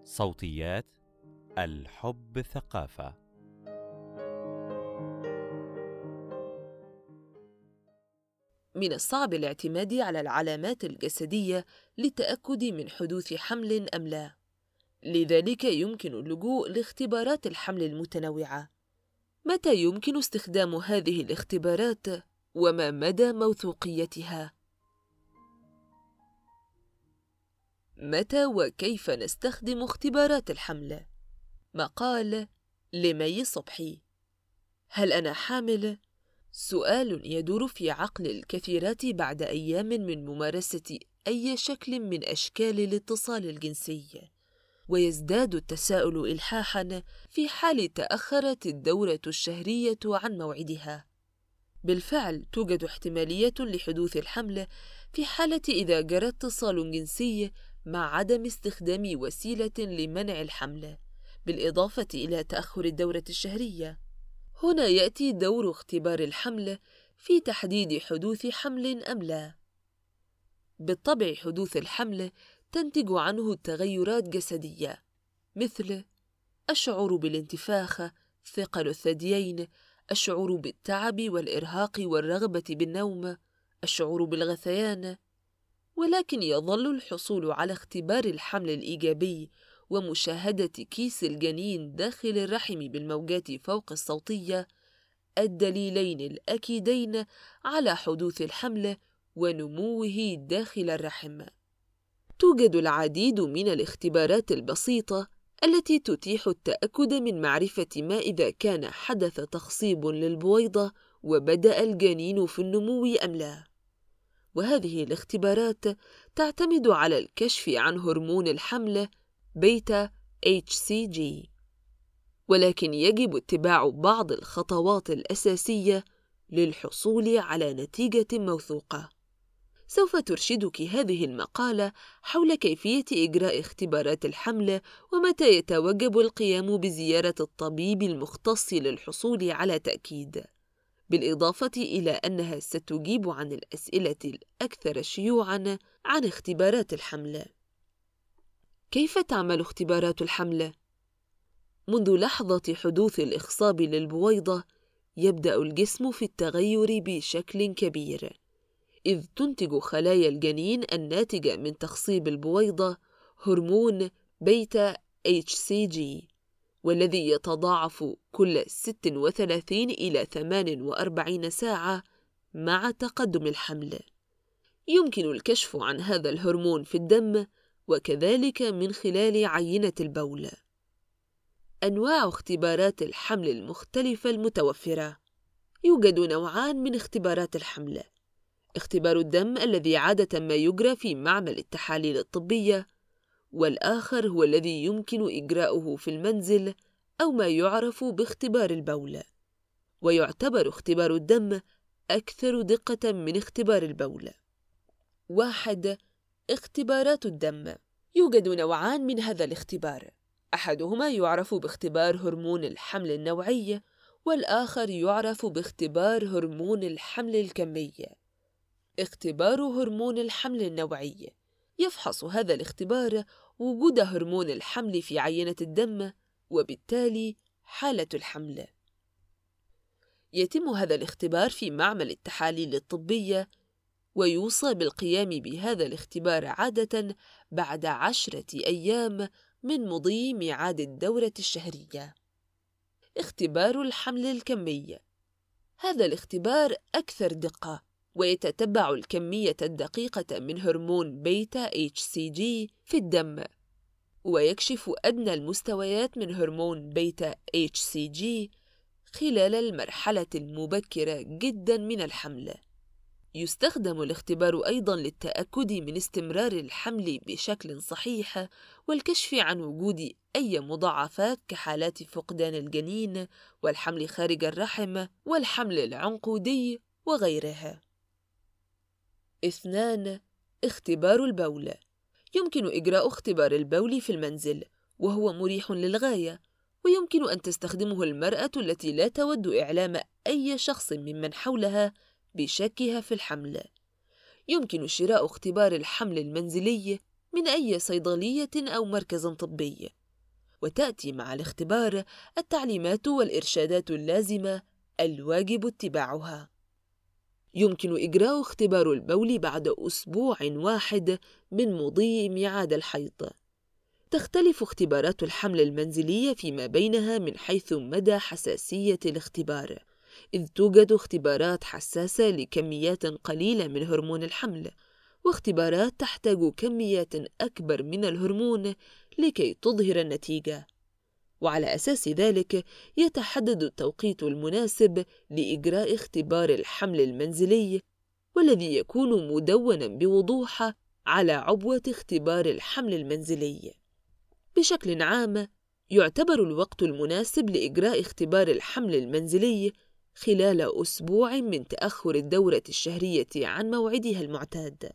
صوتيات الحب ثقافة. من الصعب الاعتماد على العلامات الجسدية للتأكد من حدوث حمل أم لا، لذلك يمكن اللجوء لاختبارات الحمل المتنوعة. متى يمكن استخدام هذه الاختبارات وما مدى موثوقيتها؟ متى وكيف نستخدم اختبارات الحمل؟ مقال لمي صبحي. هل أنا حامل؟ سؤال يدور في عقل الكثيرات بعد أيام من ممارسة أي شكل من أشكال الاتصال الجنسي، ويزداد التساؤل إلحاحاً في حال تأخرت الدورة الشهرية عن موعدها. بالفعل توجد احتمالية لحدوث الحمل في حالة إذا جرى اتصال جنسي مع عدم استخدام وسيلة لمنع الحمل، بالإضافة إلى تأخر الدورة الشهرية. هنا يأتي دور اختبار الحمل في تحديد حدوث حمل أم لا. بالطبع حدوث الحمل تنتج عنه تغيرات جسدية، مثل الشعور بالانتفاخ، ثقل الثديين، الشعور بالتعب والإرهاق والرغبة بالنوم، الشعور بالغثيان. ولكن يظل الحصول على اختبار الحمل الإيجابي ومشاهدة كيس الجنين داخل الرحم بالموجات فوق الصوتية الدليلين الأكيدين على حدوث الحمل ونموه داخل الرحم. توجد العديد من الاختبارات البسيطة التي تتيح التأكد من معرفة ما إذا كان حدث تخصيب للبويضة وبدأ الجنين في النمو أم لا. وهذه الاختبارات تعتمد على الكشف عن هرمون الحمل بيتا HCG، ولكن يجب اتباع بعض الخطوات الأساسية للحصول على نتيجة موثوقة. سوف ترشدك هذه المقالة حول كيفية إجراء اختبارات الحمل ومتى يتوجب القيام بزيارة الطبيب المختص للحصول على تأكيد، بالإضافة إلى أنها ستجيب عن الأسئلة الأكثر شيوعاً عن اختبارات الحمل. كيف تعمل اختبارات الحمل؟ منذ لحظة حدوث الإخصاب للبويضة يبدأ الجسم في التغير بشكل كبير، إذ تنتج خلايا الجنين الناتجة من تخصيب البويضة هرمون بيتا HCG، والذي يتضاعف كل 36 إلى 48 ساعة مع تقدم الحمل. يمكن الكشف عن هذا الهرمون في الدم وكذلك من خلال عينة البول. أنواع اختبارات الحمل المختلفة المتوفرة. يوجد نوعان من اختبارات الحمل: اختبار الدم الذي عادة ما يجرى في معمل التحاليل الطبية، والآخر هو الذي يمكن إجراؤه في المنزل أو ما يعرف باختبار البول. ويعتبر اختبار الدم أكثر دقة من اختبار البول. 1. اختبارات الدم. يوجد نوعان من هذا الاختبار، أحدهما يعرف باختبار هرمون الحمل النوعي، والآخر يعرف باختبار هرمون الحمل الكمي. اختبار هرمون الحمل النوعي يفحص هذا الاختبار وجود هرمون الحمل في عينة الدم وبالتالي حالة الحمل. يتم هذا الاختبار في معمل التحاليل الطبية، ويوصى بالقيام بهذا الاختبار عادة بعد 10 أيام من مضي ميعاد الدورة الشهرية. اختبار الحمل الكمي. هذا الاختبار أكثر دقة، ويتتبع الكمية الدقيقة من هرمون بيتا HCG في الدم، ويكشف أدنى المستويات من هرمون بيتا HCG خلال المرحلة المبكرة جدا من الحمل. يستخدم الاختبار أيضا للتأكد من استمرار الحمل بشكل صحيح والكشف عن وجود أي مضاعفات كحالات فقدان الجنين والحمل خارج الرحم والحمل العنقودي وغيرها. 2. اختبار البول. يمكن إجراء اختبار البول في المنزل، وهو مريح للغاية، ويمكن أن تستخدمه المرأة التي لا تود إعلام أي شخص ممن حولها بشكها في الحمل. يمكن شراء اختبار الحمل المنزلي من أي صيدلية أو مركز طبي، وتأتي مع الاختبار التعليمات والإرشادات اللازمة الواجب اتباعها. يمكن إجراء اختبار البول بعد أسبوع واحد من مضي ميعاد الحيض. تختلف اختبارات الحمل المنزلية فيما بينها من حيث مدى حساسية الاختبار، إذ توجد اختبارات حساسة لكميات قليلة من هرمون الحمل، واختبارات تحتاج كميات أكبر من الهرمون لكي تظهر النتيجة. وعلى أساس ذلك يتحدد التوقيت المناسب لإجراء اختبار الحمل المنزلي، والذي يكون مدوناً بوضوح على عبوة اختبار الحمل المنزلي. بشكل عام، يعتبر الوقت المناسب لإجراء اختبار الحمل المنزلي خلال أسبوع من تأخر الدورة الشهرية عن موعدها المعتاد.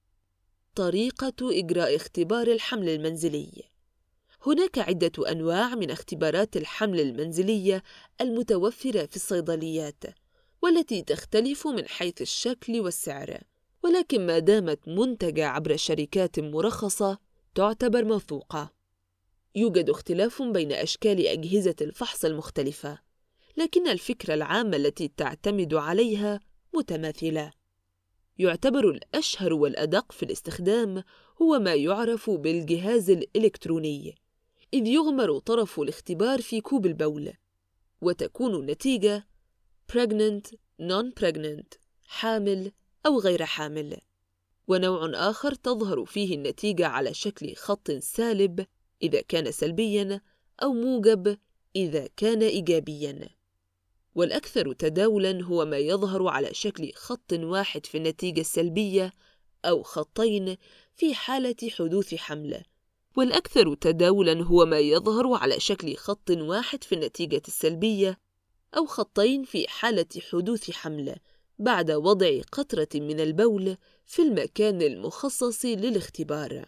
طريقة إجراء اختبار الحمل المنزلي: هناك عدة أنواع من اختبارات الحمل المنزلية المتوفرة في الصيدليات، والتي تختلف من حيث الشكل والسعر، ولكن ما دامت منتجة عبر شركات مرخصة تعتبر موثوقة. يوجد اختلاف بين أشكال أجهزة الفحص المختلفة، لكن الفكرة العامة التي تعتمد عليها متماثلة. يعتبر الأشهر والأدق في الاستخدام هو ما يعرف بالجهاز الإلكتروني، إذ يغمر طرف الاختبار في كوب البول، وتكون النتيجة pregnant, non-pregnant، حامل أو غير حامل. ونوع آخر تظهر فيه النتيجة على شكل خط سالب إذا كان سلبياً، أو موجب إذا كان إيجابياً. والأكثر تداولاً هو ما يظهر على شكل خط واحد في النتيجة السلبية، أو خطين في حالة حدوث حمل. والأكثر تداولاً هو ما يظهر على شكل خط واحد في النتيجة السلبية، أو خطين في حالة حدوث حمل بعد وضع قطرة من البول في المكان المخصص للاختبار.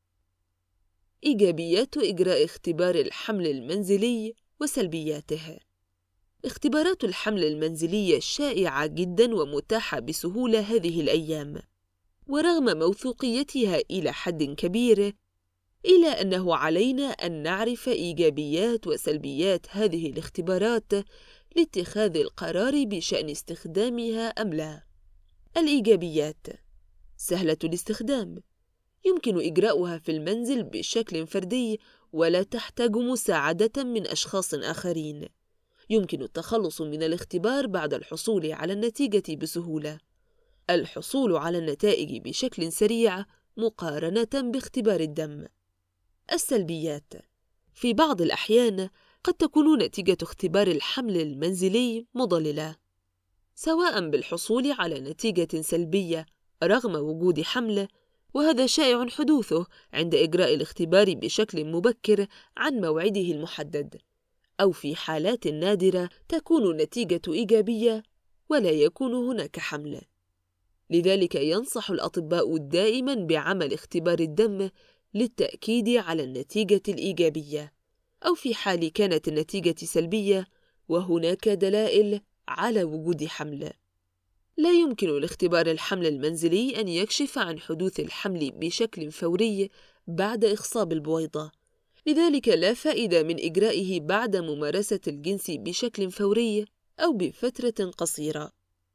إيجابيات إجراء اختبار الحمل المنزلي وسلبياته: اختبارات الحمل المنزلية شائعة جداً ومتاحة بسهولة هذه الأيام، ورغم موثوقيتها إلى حد كبير، إلا أنه علينا أن نعرف إيجابيات وسلبيات هذه الاختبارات لاتخاذ القرار بشأن استخدامها أم لا. الإيجابيات: سهلة الاستخدام، يمكن إجراؤها في المنزل بشكل فردي ولا تحتاج مساعدة من أشخاص آخرين. يمكن التخلص من الاختبار بعد الحصول على النتيجة بسهولة. الحصول على النتائج بشكل سريع مقارنة باختبار الدم. السلبيات: في بعض الأحيان قد تكون نتيجة اختبار الحمل المنزلي مضللة، سواء بالحصول على نتيجة سلبية رغم وجود حمل، وهذا شائع حدوثه عند إجراء الاختبار بشكل مبكر عن موعده المحدد، أو في حالات نادرة تكون النتيجة إيجابية ولا يكون هناك حمل. لذلك ينصح الأطباء دائماً بعمل اختبار الدم للتأكيد على النتيجة الإيجابية، أو في حال كانت النتيجة سلبية وهناك دلائل على وجود حمل. لا يمكن لاختبار الحمل المنزلي أن يكشف عن حدوث الحمل بشكل فوري بعد إخصاب البويضة، لذلك لا فائدة من إجرائه بعد ممارسة الجنس بشكل فوري أو بفترة قصيرة.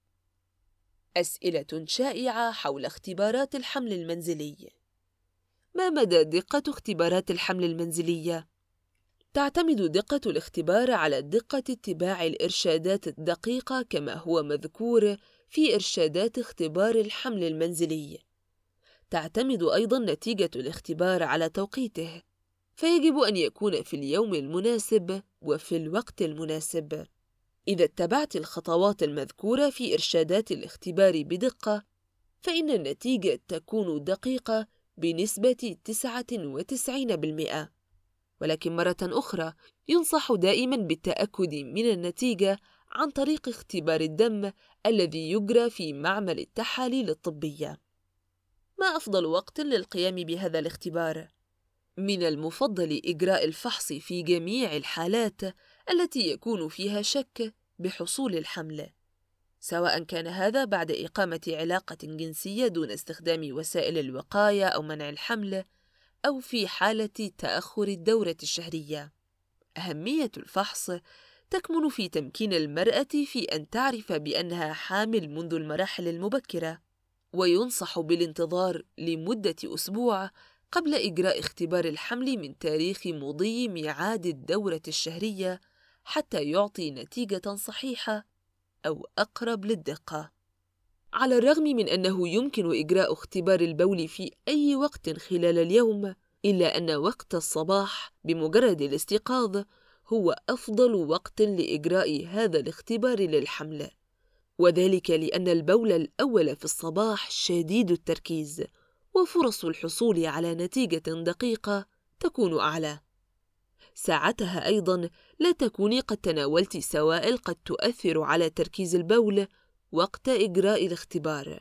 أسئلة شائعة حول اختبارات الحمل المنزلي: ما مدى دقة اختبارات الحمل المنزلية؟ تعتمد دقة الاختبار على دقة اتباع الإرشادات الدقيقة كما هو مذكور في إرشادات اختبار الحمل المنزلي. تعتمد أيضاً نتيجة الاختبار على توقيته، فيجب أن يكون في اليوم المناسب وفي الوقت المناسب. إذا اتبعت الخطوات المذكورة في إرشادات الاختبار بدقة، فإن النتيجة تكون دقيقة بنسبة 99%. ولكن مرة أخرى ينصح دائماً بالتأكد من النتيجة عن طريق اختبار الدم الذي يجرى في معمل التحاليل الطبية. ما أفضل وقت للقيام بهذا الاختبار؟ من المفضل إجراء الفحص في جميع الحالات التي يكون فيها شك بحصول الحمل، سواء كان هذا بعد إقامة علاقة جنسية دون استخدام وسائل الوقاية أو منع الحمل، أو في حالة تأخر الدورة الشهرية. أهمية الفحص تكمن في تمكين المرأة في أن تعرف بأنها حامل منذ المراحل المبكرة، وينصح بالانتظار لمدة أسبوع قبل إجراء اختبار الحمل من تاريخ مضي ميعاد الدورة الشهرية حتى يعطي نتيجة صحيحة أو أقرب للدقة. على الرغم من أنه يمكن إجراء اختبار البول في أي وقت خلال اليوم، إلا أن وقت الصباح بمجرد الاستيقاظ هو أفضل وقت لإجراء هذا الاختبار للحمل، وذلك لأن البول الأول في الصباح شديد التركيز، وفرص الحصول على نتيجة دقيقة تكون أعلى. ساعتها أيضاً لا تكوني قد تناولت سوائل قد تؤثر على تركيز البول وقت إجراء الاختبار.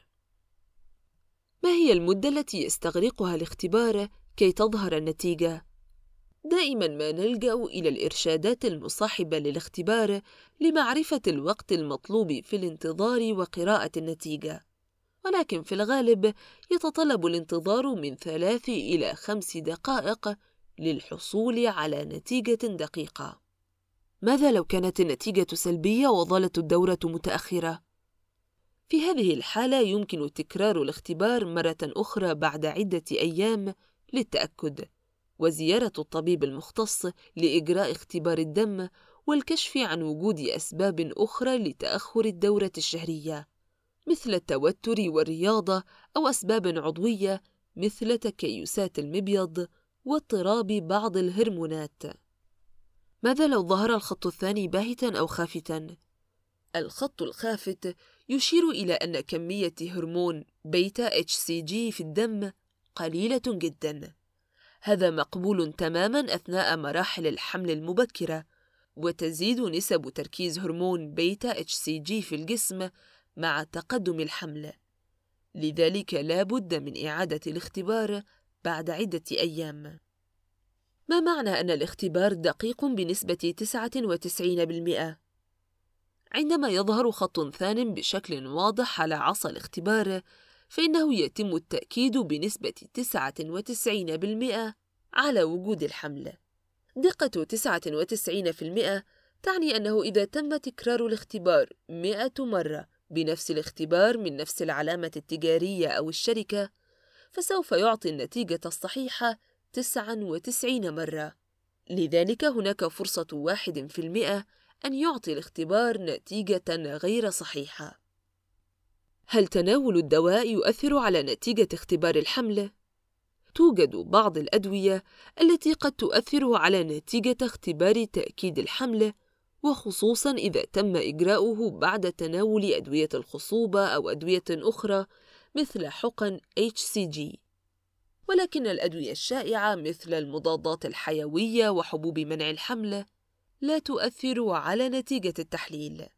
ما هي المدة التي يستغرقها الاختبار كي تظهر النتيجة؟ دائماً ما نلجأ إلى الإرشادات المصاحبة للاختبار لمعرفة الوقت المطلوب في الانتظار وقراءة النتيجة، ولكن في الغالب يتطلب الانتظار من 3 إلى 5 دقائق للحصول على نتيجة دقيقة. ماذا لو كانت النتيجة سلبية وظلت الدورة متأخرة؟ في هذه الحالة يمكن تكرار الاختبار مرة أخرى بعد عدة أيام للتأكد، وزيارة الطبيب المختص لإجراء اختبار الدم والكشف عن وجود أسباب أخرى لتأخر الدورة الشهرية مثل التوتر والرياضة، أو أسباب عضوية مثل تكيسات المبيض واضطراب بعض الهرمونات. ماذا لو ظهر الخط الثاني باهتاً أو خافتاً؟ الخط الخافت يشير إلى أن كمية هرمون بيتا HCG في الدم قليلة جداً. هذا مقبول تماماً أثناء مراحل الحمل المبكرة، وتزيد نسب تركيز هرمون بيتا HCG في الجسم مع تقدم الحمل، لذلك لا بد من إعادة الاختبار بعد عدة أيام. ما معنى أن الاختبار دقيق بنسبة 99%؟ عندما يظهر خط ثان بشكل واضح على عصا الاختبار، فإنه يتم التأكيد بنسبة 99% على وجود الحمل. دقة 99% تعني أنه إذا تم تكرار الاختبار 100 مرة بنفس الاختبار من نفس العلامة التجارية أو الشركة، فسوف يعطي النتيجة الصحيحة 99 مرة. لذلك هناك فرصة 1% أن يعطي الاختبار نتيجة غير صحيحة. هل تناول الدواء يؤثر على نتيجة اختبار الحمل؟ توجد بعض الأدوية التي قد تؤثر على نتيجة اختبار تأكيد الحمل، وخصوصاً إذا تم إجراؤه بعد تناول أدوية الخصوبة أو أدوية أخرى مثل حقن HCG. ولكن الأدوية الشائعة مثل المضادات الحيوية وحبوب منع الحمل لا تؤثر على نتيجة التحليل.